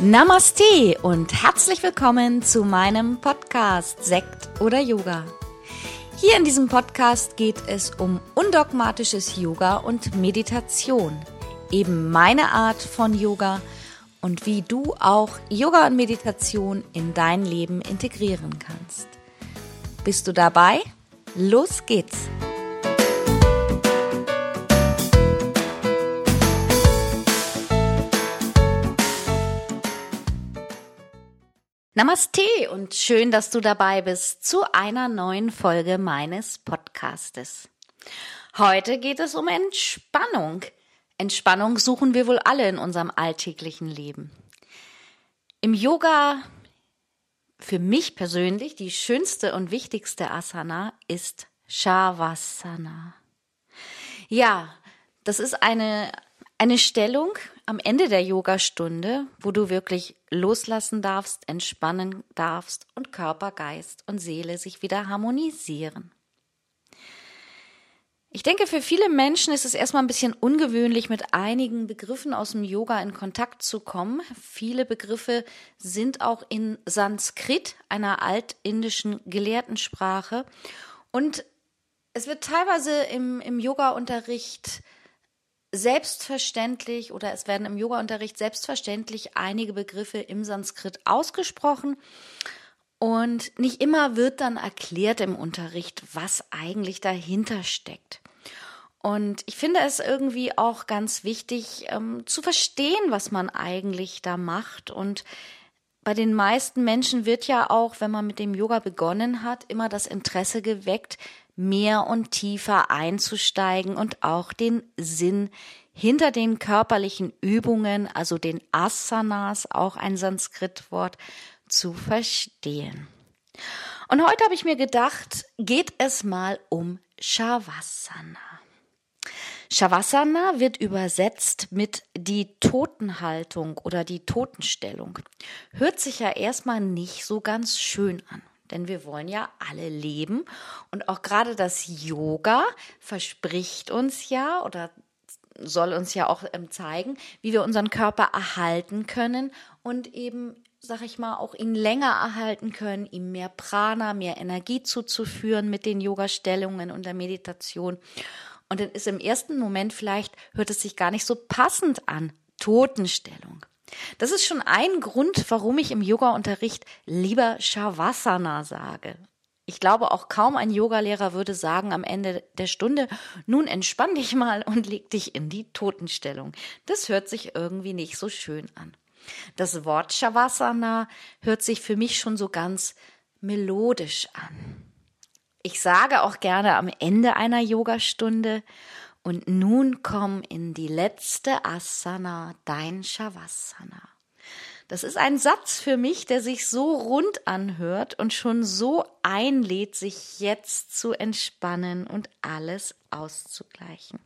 Namaste und herzlich willkommen zu meinem Podcast Sekt oder Yoga. Hier in diesem Podcast geht es um undogmatisches Yoga und Meditation, eben meine Art von Yoga und wie du auch Yoga und Meditation in dein Leben integrieren kannst. Bist du dabei? Los geht's! Namaste und schön, dass du dabei bist zu einer neuen Folge meines Podcastes. Heute geht es um Entspannung. Entspannung suchen wir wohl alle in unserem alltäglichen Leben. Im Yoga, für mich persönlich, die schönste und wichtigste Asana ist Shavasana. Ja, das ist eine Stellung am Ende der Yogastunde, wo du wirklich loslassen darfst, entspannen darfst und Körper, Geist und Seele sich wieder harmonisieren. Ich denke, für viele Menschen ist es erstmal ein bisschen ungewöhnlich, mit einigen Begriffen aus dem Yoga in Kontakt zu kommen. Viele Begriffe sind auch in Sanskrit, einer altindischen Gelehrtensprache. Und es wird teilweise im Yoga-Unterricht selbstverständlich oder es werden im Yoga-Unterricht selbstverständlich einige Begriffe im Sanskrit ausgesprochen und nicht immer wird dann erklärt im Unterricht, was eigentlich dahinter steckt. Und ich finde es irgendwie auch ganz wichtig zu verstehen, was man eigentlich da macht. Und bei den meisten Menschen wird ja auch, wenn man mit dem Yoga begonnen hat, immer das Interesse geweckt, mehr und tiefer einzusteigen und auch den Sinn hinter den körperlichen Übungen, also den Asanas, auch ein Sanskritwort, zu verstehen. Und heute habe ich mir gedacht, geht es mal um Shavasana. Shavasana wird übersetzt mit die Totenhaltung oder die Totenstellung. Hört sich ja erstmal nicht so ganz schön an. Denn wir wollen ja alle leben und auch gerade das Yoga verspricht uns ja oder soll uns ja auch zeigen, wie wir unseren Körper erhalten können und eben, sag ich mal, auch ihn länger erhalten können, ihm mehr Prana, mehr Energie zuzuführen mit den Yoga-Stellungen und der Meditation. Und dann ist im ersten Moment vielleicht, hört es sich gar nicht so passend an, Totenstellung. Das ist schon ein Grund, warum ich im Yoga-Unterricht lieber Shavasana sage. Ich glaube, auch kaum ein Yogalehrer würde sagen am Ende der Stunde, nun entspann dich mal und leg dich in die Totenstellung. Das hört sich irgendwie nicht so schön an. Das Wort Shavasana hört sich für mich schon so ganz melodisch an. Ich sage auch gerne am Ende einer Yogastunde, und nun komm in die letzte Asana, dein Shavasana. Das ist ein Satz für mich, der sich so rund anhört und schon so einlädt, sich jetzt zu entspannen und alles auszugleichen.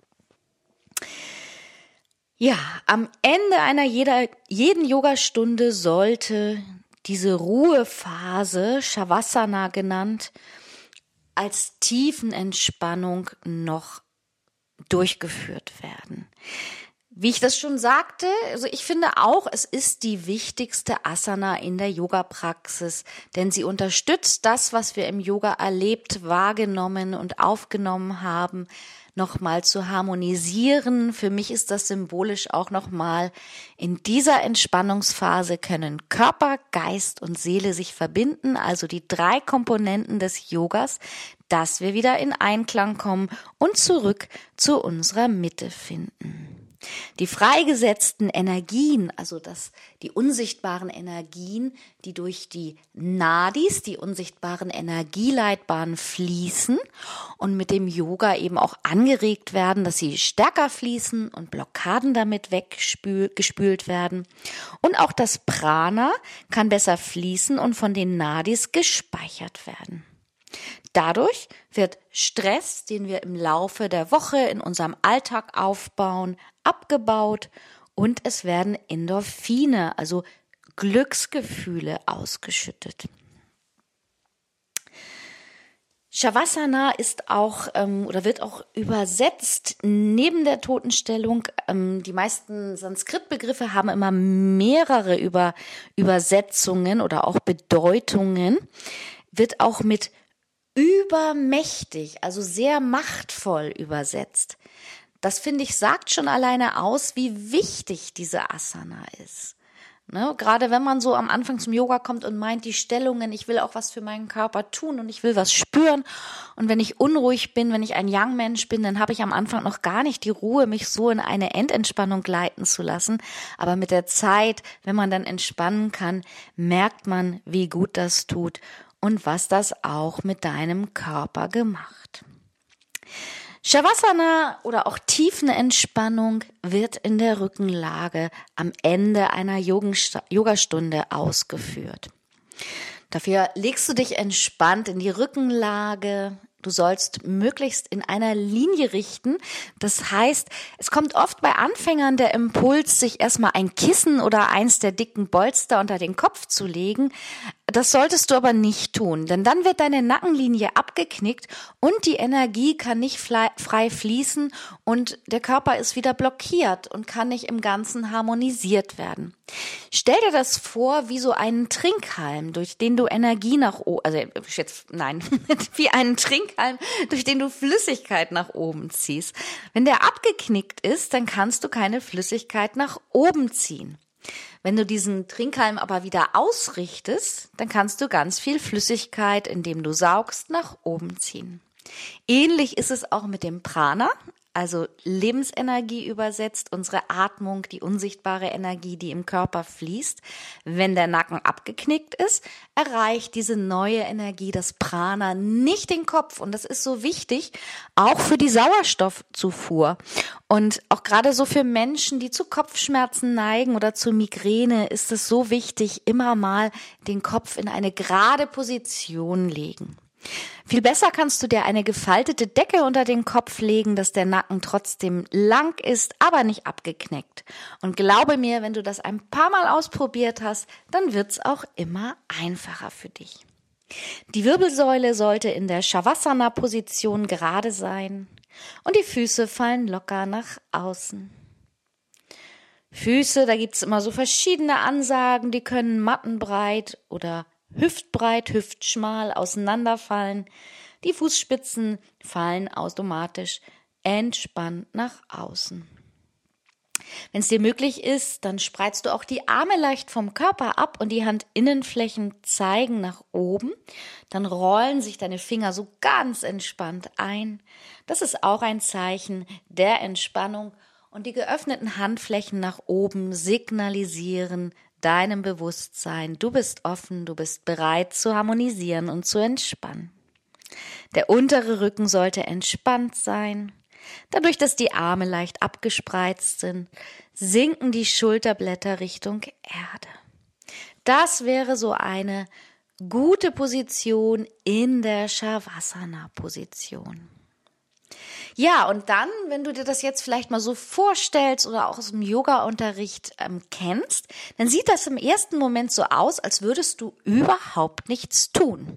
Ja, am Ende einer jeden Yogastunde sollte diese Ruhephase, Shavasana genannt, als Tiefenentspannung noch durchgeführt werden. Wie ich das schon sagte, also ich finde auch, es ist die wichtigste Asana in der Yoga-Praxis, denn sie unterstützt das, was wir im Yoga erlebt, wahrgenommen und aufgenommen haben, nochmal zu harmonisieren. Für mich ist das symbolisch auch nochmal, in dieser Entspannungsphase können Körper, Geist und Seele sich verbinden, also die 3 Komponenten des Yogas, dass wir wieder in Einklang kommen und zurück zu unserer Mitte finden. Die freigesetzten Energien, also die unsichtbaren Energien, die durch die Nadis, die unsichtbaren Energieleitbahnen fließen und mit dem Yoga eben auch angeregt werden, dass sie stärker fließen und Blockaden damit weggespült werden. Und auch das Prana kann besser fließen und von den Nadis gespeichert werden. Dadurch wird Stress, den wir im Laufe der Woche in unserem Alltag aufbauen, abgebaut und es werden Endorphine, also Glücksgefühle, ausgeschüttet. Shavasana ist auch oder wird auch übersetzt neben der Totenstellung. Die meisten Sanskrit-Begriffe haben immer mehrere Übersetzungen oder auch Bedeutungen. Wird auch mit übermächtig, also sehr machtvoll übersetzt. Das finde ich sagt schon alleine aus, wie wichtig diese Asana ist. Ne, gerade wenn man so am Anfang zum Yoga kommt und meint, die Stellungen, ich will auch was für meinen Körper tun und ich will was spüren. Und wenn ich unruhig bin, wenn ich ein Young-Mensch bin, dann habe ich am Anfang noch gar nicht die Ruhe, mich so in eine Endentspannung gleiten zu lassen. Aber mit der Zeit, wenn man dann entspannen kann, merkt man, wie gut das tut und was das auch mit deinem Körper gemacht. Shavasana oder auch Tiefenentspannung wird in der Rückenlage am Ende einer Yogastunde ausgeführt. Dafür legst du dich entspannt in die Rückenlage. Du sollst möglichst in einer Linie richten. Das heißt, es kommt oft bei Anfängern der Impuls, sich erstmal ein Kissen oder eins der dicken Bolster unter den Kopf zu legen. Das solltest du aber nicht tun, denn dann wird deine Nackenlinie abgeknickt und die Energie kann nicht frei fließen und der Körper ist wieder blockiert und kann nicht im Ganzen harmonisiert werden. Stell dir das vor wie so einen Trinkhalm, durch den du Energie nach oben, wie einen Trinkhalm, durch den du Flüssigkeit nach oben ziehst. Wenn der abgeknickt ist, dann kannst du keine Flüssigkeit nach oben ziehen. Wenn du diesen Trinkhalm aber wieder ausrichtest, dann kannst du ganz viel Flüssigkeit, indem du saugst, nach oben ziehen. Ähnlich ist es auch mit dem Prana, also Lebensenergie übersetzt, unsere Atmung, die unsichtbare Energie, die im Körper fließt. Wenn der Nacken abgeknickt ist, erreicht diese neue Energie, das Prana, nicht den Kopf. Und das ist so wichtig, auch für die Sauerstoffzufuhr. Und auch gerade so für Menschen, die zu Kopfschmerzen neigen oder zu Migräne, ist es so wichtig, immer mal den Kopf in eine gerade Position legen. Viel besser kannst du dir eine gefaltete Decke unter den Kopf legen, dass der Nacken trotzdem lang ist, aber nicht abgeknickt. Und glaube mir, wenn du das ein paar Mal ausprobiert hast, dann wird's auch immer einfacher für dich. Die Wirbelsäule sollte in der Shavasana-Position gerade sein und die Füße fallen locker nach außen. Füße, da gibt's immer so verschiedene Ansagen, die können mattenbreit oder hüftbreit, hüftschmal auseinanderfallen. Die Fußspitzen fallen automatisch entspannt nach außen. Wenn es dir möglich ist, dann spreizst du auch die Arme leicht vom Körper ab und die Handinnenflächen zeigen nach oben. Dann rollen sich deine Finger so ganz entspannt ein. Das ist auch ein Zeichen der Entspannung. Und die geöffneten Handflächen nach oben signalisieren deinem Bewusstsein, du bist offen, du bist bereit zu harmonisieren und zu entspannen. Der untere Rücken sollte entspannt sein. Dadurch, dass die Arme leicht abgespreizt sind, sinken die Schulterblätter Richtung Erde. Das wäre so eine gute Position in der Shavasana-Position. Ja, und dann, wenn du dir das jetzt vielleicht mal so vorstellst oder auch aus dem Yoga-Unterricht kennst, dann sieht das im ersten Moment so aus, als würdest du überhaupt nichts tun.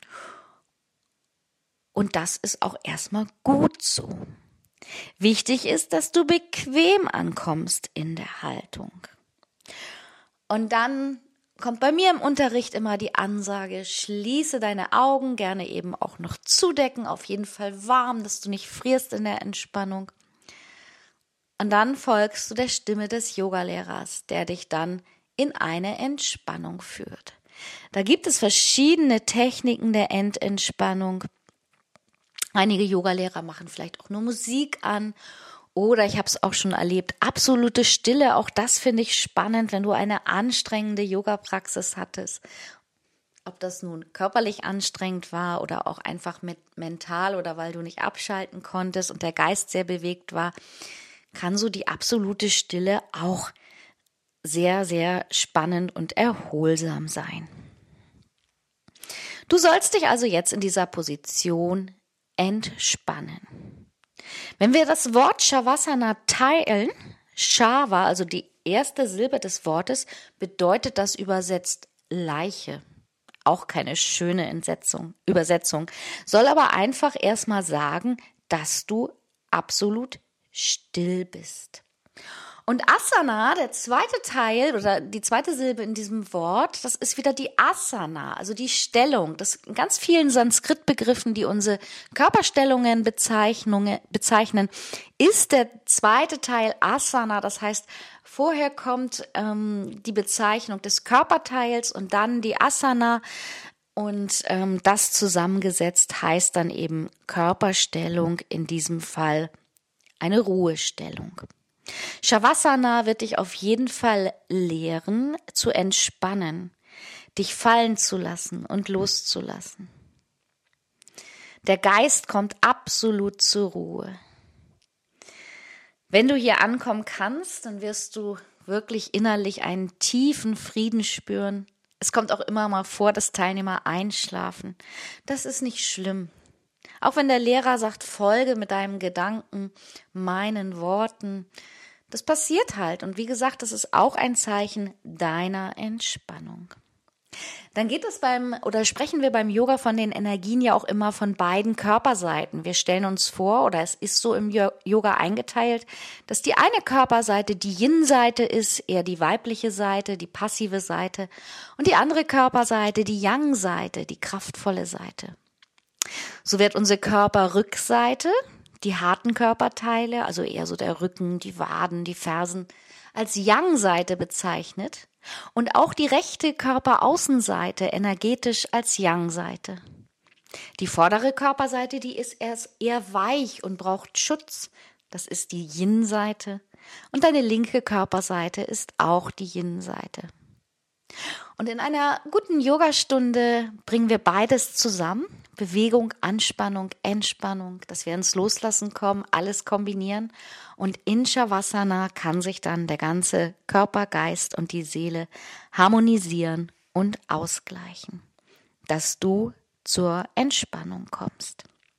Und das ist auch erstmal gut so. Wichtig ist, dass du bequem ankommst in der Haltung. Und dann kommt bei mir im Unterricht immer die Ansage, schließe deine Augen, gerne eben auch noch zudecken, auf jeden Fall warm, dass du nicht frierst in der Entspannung. Und dann folgst du der Stimme des Yogalehrers, der dich dann in eine Entspannung führt. Da gibt es verschiedene Techniken der Endentspannung. Einige Yogalehrer machen vielleicht auch nur Musik an. Oder ich habe es auch schon erlebt, absolute Stille, auch das finde ich spannend, wenn du eine anstrengende Yoga-Praxis hattest. Ob das nun körperlich anstrengend war oder auch einfach mental oder weil du nicht abschalten konntest und der Geist sehr bewegt war, kann so die absolute Stille auch sehr, sehr spannend und erholsam sein. Du sollst dich also jetzt in dieser Position entspannen. Wenn wir das Wort Shavasana teilen, Shava, also die erste Silbe des Wortes, bedeutet das übersetzt Leiche. auch keine schöne Übersetzung. Soll aber einfach erstmal sagen, dass du absolut still bist. Und Asana, der zweite Teil oder die zweite Silbe in diesem Wort, das ist wieder die Asana, also die Stellung. Das in ganz vielen Sanskrit-Begriffen, die unsere Körperstellungen bezeichnen, ist der zweite Teil Asana. Das heißt, vorher kommt die Bezeichnung des Körperteils und dann die Asana. Und das zusammengesetzt heißt dann eben Körperstellung, in diesem Fall eine Ruhestellung. Shavasana wird dich auf jeden Fall lehren, zu entspannen, dich fallen zu lassen und loszulassen. Der Geist kommt absolut zur Ruhe. Wenn du hier ankommen kannst, dann wirst du wirklich innerlich einen tiefen Frieden spüren. Es kommt auch immer mal vor, dass Teilnehmer einschlafen. Das ist nicht schlimm. Auch wenn der Lehrer sagt, folge mit deinem Gedanken meinen Worten. Das passiert halt. Und wie gesagt, das ist auch ein Zeichen deiner Entspannung. Dann sprechen wir beim Yoga von den Energien ja auch immer von beiden Körperseiten. Wir stellen uns vor, oder es ist so im Yoga eingeteilt, dass die eine Körperseite die Yin-Seite ist, eher die weibliche Seite, die passive Seite, und die andere Körperseite die Yang-Seite, die kraftvolle Seite. So wird unsere Körperrückseite, die harten Körperteile, also eher so der Rücken, die Waden, die Fersen, als Yang-Seite bezeichnet und auch die rechte Körperaußenseite energetisch als Yang-Seite. Die vordere Körperseite, die ist erst eher weich und braucht Schutz. Das ist die Yin-Seite. Und deine linke Körperseite ist auch die Yin-Seite. Und in einer guten Yogastunde bringen wir beides zusammen. Bewegung, Anspannung, Entspannung, dass wir ins Loslassen kommen, alles kombinieren. Und in Shavasana kann sich dann der ganze Körper, Geist und die Seele harmonisieren und ausgleichen, dass du zur Entspannung kommst.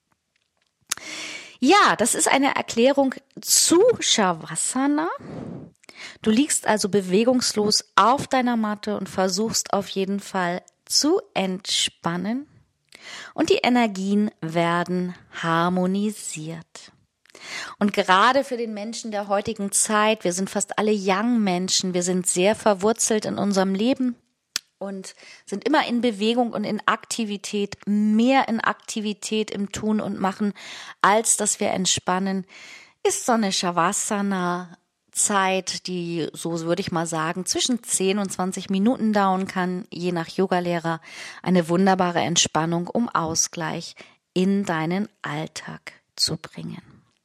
Ja, das ist eine Erklärung zu Shavasana. Du liegst also bewegungslos auf deiner Matte und versuchst auf jeden Fall zu entspannen. Und die Energien werden harmonisiert. Und gerade für den Menschen der heutigen Zeit, wir sind fast alle Yang-Menschen, wir sind sehr verwurzelt in unserem Leben und sind immer in Bewegung und in Aktivität, mehr in Aktivität im Tun und Machen, als dass wir entspannen, ist so eine Shavasana Zeit, die, so würde ich mal sagen, zwischen 10 und 20 Minuten dauern kann, je nach Yogalehrer, eine wunderbare Entspannung, um Ausgleich in deinen Alltag zu bringen.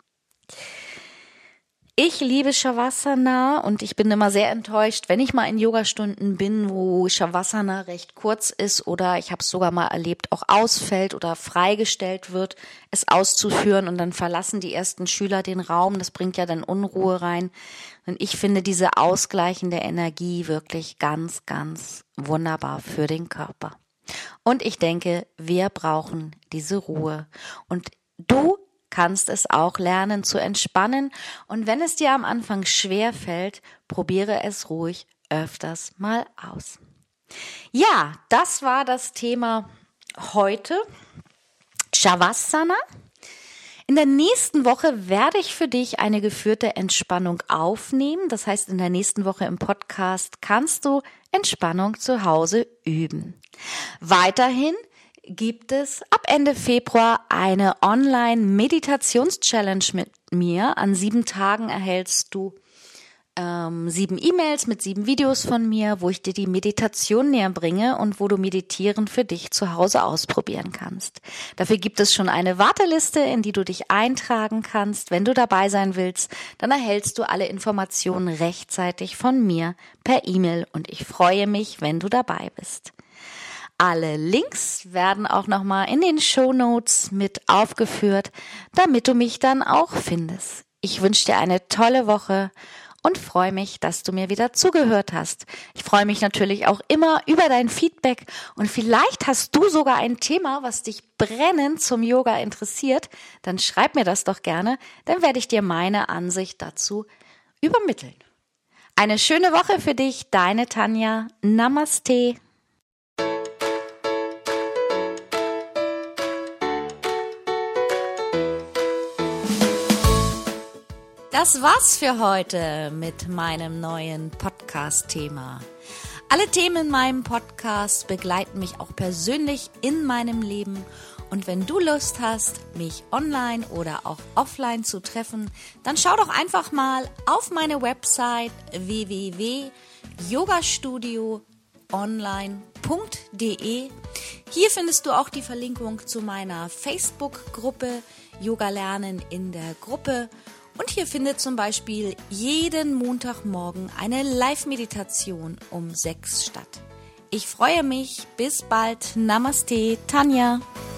Ich liebe Shavasana und ich bin immer sehr enttäuscht, wenn ich mal in Yogastunden bin, wo Shavasana recht kurz ist oder ich habe es sogar mal erlebt, auch ausfällt oder freigestellt wird, es auszuführen und dann verlassen die ersten Schüler den Raum. Das bringt ja dann Unruhe rein. Und ich finde diese ausgleichende Energie wirklich ganz, ganz wunderbar für den Körper. Und ich denke, wir brauchen diese Ruhe. Und du kannst es auch lernen zu entspannen. Und wenn es dir am Anfang schwer fällt, probiere es ruhig öfters mal aus. Ja, das war das Thema heute. Shavasana. In der nächsten Woche werde ich für dich eine geführte Entspannung aufnehmen. Das heißt, in der nächsten Woche im Podcast kannst du Entspannung zu Hause üben. Weiterhin gibt es ab Ende Februar eine Online-Meditations-Challenge mit mir. An 7 Tagen erhältst du 7 E-Mails mit 7 Videos von mir, wo ich dir die Meditation näher bringe und wo du Meditieren für dich zu Hause ausprobieren kannst. Dafür gibt es schon eine Warteliste, in die du dich eintragen kannst. Wenn du dabei sein willst, dann erhältst du alle Informationen rechtzeitig von mir per E-Mail und ich freue mich, wenn du dabei bist. Alle Links werden auch nochmal in den Shownotes mit aufgeführt, damit du mich dann auch findest. Ich wünsche dir eine tolle Woche und freue mich, dass du mir wieder zugehört hast. Ich freue mich natürlich auch immer über dein Feedback und vielleicht hast du sogar ein Thema, was dich brennend zum Yoga interessiert. Dann schreib mir das doch gerne, dann werde ich dir meine Ansicht dazu übermitteln. Eine schöne Woche für dich, deine Tanja. Namaste. Das war's für heute mit meinem neuen Podcast-Thema. Alle Themen in meinem Podcast begleiten mich auch persönlich in meinem Leben. Und wenn du Lust hast, mich online oder auch offline zu treffen, dann schau doch einfach mal auf meine Website www.yogastudioonline.de. Hier findest du auch die Verlinkung zu meiner Facebook-Gruppe Yoga lernen in der Gruppe. Und hier findet zum Beispiel jeden Montagmorgen eine Live-Meditation um 6 statt. Ich freue mich. Bis bald. Namaste, Tanja.